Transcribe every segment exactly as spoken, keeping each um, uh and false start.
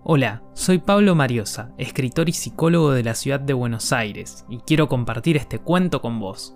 Hola, soy Pablo Mariosa, escritor y psicólogo de la ciudad de Buenos Aires, y quiero compartir este cuento con vos.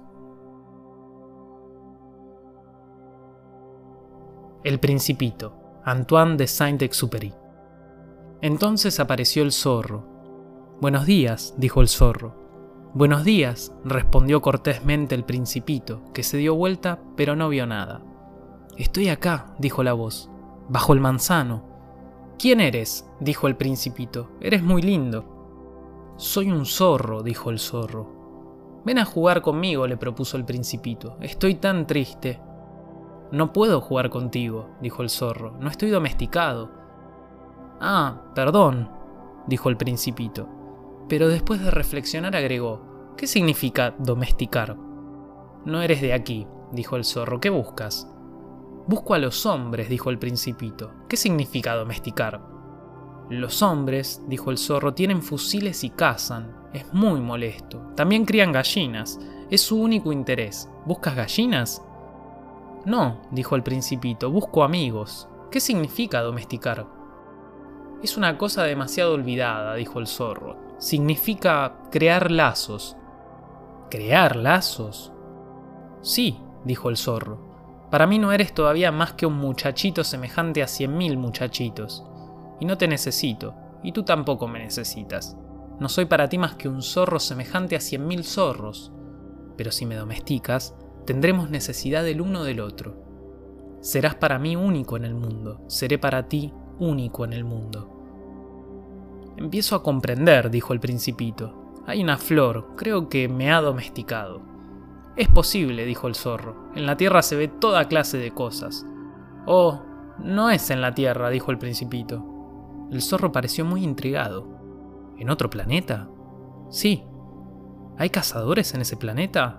El Principito, Antoine de Saint-Exupéry. Entonces apareció el zorro. «Buenos días», dijo el zorro. «Buenos días», respondió cortésmente el Principito, que se dio vuelta pero no vio nada. «Estoy acá», dijo la voz, «bajo el manzano». «¿Quién eres?», dijo el Principito. «Eres muy lindo». «Soy un zorro», dijo el zorro. «Ven a jugar conmigo», le propuso el Principito. «Estoy tan triste». «No puedo jugar contigo», dijo el zorro. «No estoy domesticado». «Ah, perdón», dijo el Principito. Pero después de reflexionar agregó: «¿Qué significa domesticar?» «No eres de aquí», dijo el zorro. «¿Qué buscas?» «Busco a los hombres», dijo el Principito. «¿Qué significa domesticar?» «Los hombres», dijo el zorro, «tienen fusiles y cazan. Es muy molesto. También crían gallinas. Es su único interés. ¿Buscas gallinas?» «No», dijo el Principito, «busco amigos». «¿Qué significa domesticar?» «Es una cosa demasiado olvidada», dijo el zorro. «Significa crear lazos». «¿Crear lazos?» «Sí», dijo el zorro. «Para mí no eres todavía más que un muchachito semejante a cien mil muchachitos. Y no te necesito, y tú tampoco me necesitas. No soy para ti más que un zorro semejante a cien mil zorros. Pero si me domesticas, tendremos necesidad del uno del otro. Serás para mí único en el mundo, seré para ti único en el mundo». «Empiezo a comprender», dijo el Principito. «Hay una flor, creo que me ha domesticado». «Es posible», dijo el zorro. «En la tierra se ve toda clase de cosas». «Oh, no es en la tierra», dijo el Principito. El zorro pareció muy intrigado. ¿En otro planeta? «Sí». ¿Hay cazadores en ese planeta?»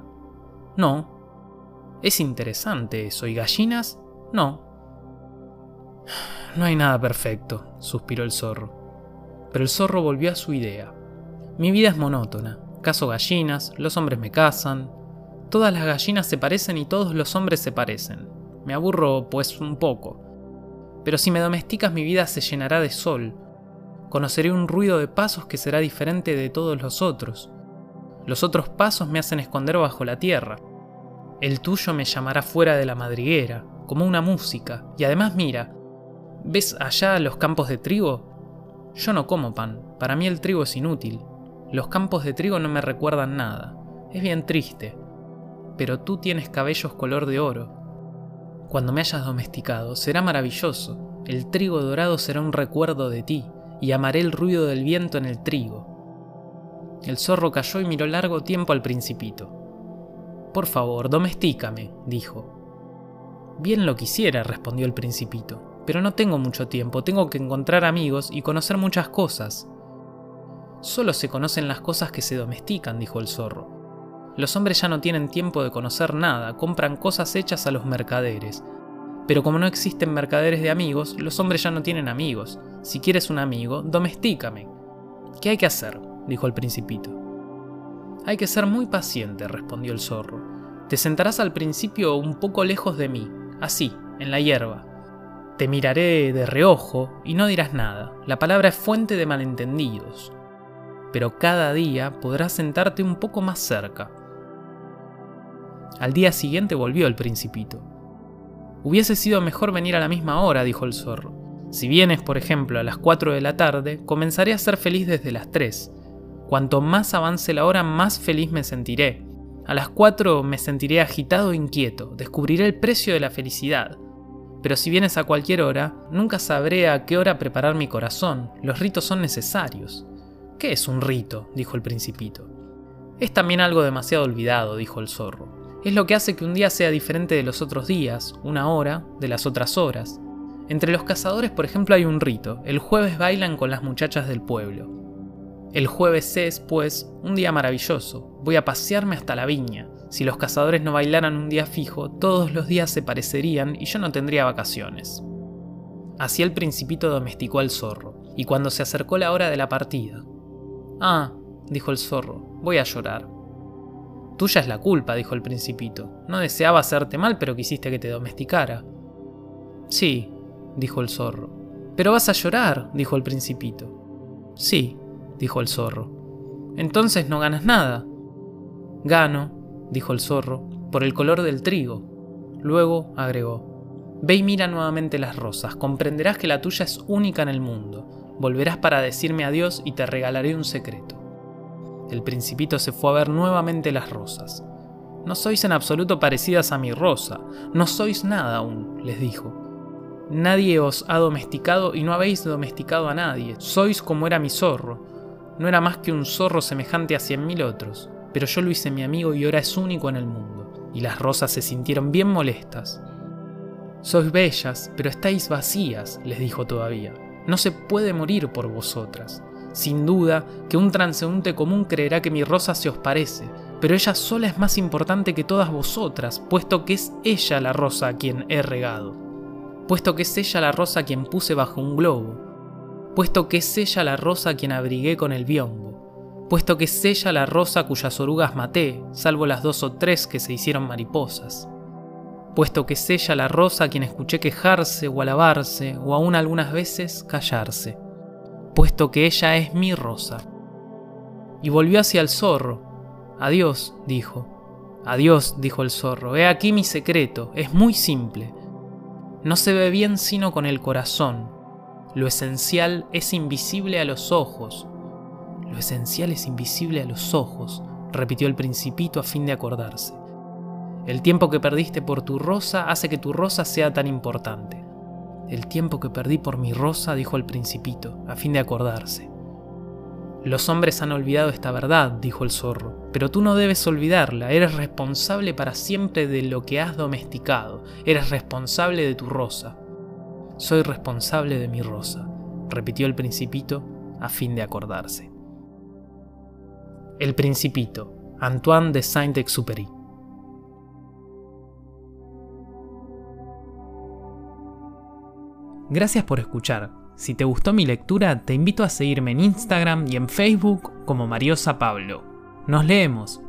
«No». «Es interesante eso. ¿Y gallinas?» «No». «No hay nada perfecto», suspiró el zorro. Pero el zorro volvió a su idea. «Mi vida es monótona. Cazo gallinas, los hombres me cazan. Todas las gallinas se parecen y todos los hombres se parecen. Me aburro, pues, un poco. Pero si me domesticas, mi vida se llenará de sol. Conoceré un ruido de pasos que será diferente de todos los otros. Los otros pasos me hacen esconder bajo la tierra. El tuyo me llamará fuera de la madriguera, como una música. Y además, mira, ¿ves allá los campos de trigo? Yo no como pan. Para mí el trigo es inútil. Los campos de trigo no me recuerdan nada. Es bien triste. Pero tú tienes cabellos color de oro. Cuando me hayas domesticado, será maravilloso. El trigo dorado será un recuerdo de ti, y amaré el ruido del viento en el trigo». El zorro calló y miró largo tiempo al Principito. «Por favor, domestícame», dijo. «Bien lo quisiera», respondió el Principito, «pero no tengo mucho tiempo, tengo que encontrar amigos y conocer muchas cosas». «Solo se conocen las cosas que se domestican», dijo el zorro. «Los hombres ya no tienen tiempo de conocer nada, compran cosas hechas a los mercaderes. Pero como no existen mercaderes de amigos, los hombres ya no tienen amigos. Si quieres un amigo, domestícame». «¿Qué hay que hacer?», dijo el Principito. «Hay que ser muy paciente», respondió el zorro. «Te sentarás al principio un poco lejos de mí, así, en la hierba. Te miraré de reojo y no dirás nada. La palabra es fuente de malentendidos. Pero cada día podrás sentarte un poco más cerca». Al día siguiente volvió el Principito. «Hubiese sido mejor venir a la misma hora», dijo el zorro. «Si vienes, por ejemplo, a las cuatro de la tarde, comenzaré a ser feliz desde las tres. Cuanto más avance la hora, más feliz me sentiré. A las cuatro me sentiré agitado e inquieto, descubriré el precio de la felicidad. Pero si vienes a cualquier hora, nunca sabré a qué hora preparar mi corazón. Los ritos son necesarios». «¿Qué es un rito?», dijo el Principito. «Es también algo demasiado olvidado», dijo el zorro. «Es lo que hace que un día sea diferente de los otros días, una hora de las otras horas. Entre los cazadores, por ejemplo, hay un rito. El jueves bailan con las muchachas del pueblo. El jueves es, pues, un día maravilloso. Voy a pasearme hasta la viña. Si los cazadores no bailaran un día fijo, todos los días se parecerían y yo no tendría vacaciones». Así el Principito domesticó al zorro, y cuando se acercó la hora de la partida: «Ah», dijo el zorro, «voy a llorar». «Tuya es la culpa», dijo el Principito. «No deseaba hacerte mal, pero quisiste que te domesticara». «Sí», dijo el zorro. «Pero vas a llorar», dijo el Principito. «Sí», dijo el zorro. «Entonces no ganas nada». «Gano», dijo el zorro, «por el color del trigo». Luego agregó: «Ve y mira nuevamente las rosas, comprenderás que la tuya es única en el mundo. Volverás para decirme adiós y te regalaré un secreto». El Principito se fue a ver nuevamente las rosas. «No sois en absoluto parecidas a mi rosa, no sois nada aún», les dijo. «Nadie os ha domesticado y no habéis domesticado a nadie. Sois como era mi zorro. No era más que un zorro semejante a cien mil otros, pero yo lo hice mi amigo y ahora es único en el mundo». Y las rosas se sintieron bien molestas. «Sois bellas, pero estáis vacías», les dijo todavía. «No se puede morir por vosotras. Sin duda que un transeúnte común creerá que mi rosa se os parece, pero ella sola es más importante que todas vosotras, puesto que es ella la rosa a quien he regado, puesto que es ella la rosa a quien puse bajo un globo, puesto que es ella la rosa a quien abrigué con el biombo, puesto que es ella la rosa cuyas orugas maté, salvo las dos o tres que se hicieron mariposas, puesto que es ella la rosa a quien escuché quejarse o alabarse, o aún algunas veces callarse, puesto que ella es mi rosa». Y volvió hacia el zorro. «Adiós», dijo. «Adiós», dijo el zorro, «he aquí mi secreto, es muy simple. No se ve bien sino con el corazón. Lo esencial es invisible a los ojos». «Lo esencial es invisible a los ojos», repitió el Principito a fin de acordarse. «El tiempo que perdiste por tu rosa hace que tu rosa sea tan importante». «El tiempo que perdí por mi rosa», dijo el Principito, a fin de acordarse. «Los hombres han olvidado esta verdad», dijo el zorro, «pero tú no debes olvidarla, eres responsable para siempre de lo que has domesticado, eres responsable de tu rosa». «Soy responsable de mi rosa», repitió el Principito, a fin de acordarse. El Principito, Antoine de Saint-Exupéry. Gracias por escuchar. Si te gustó mi lectura, te invito a seguirme en Instagram y en Facebook como Mariosa Pablo. Nos leemos.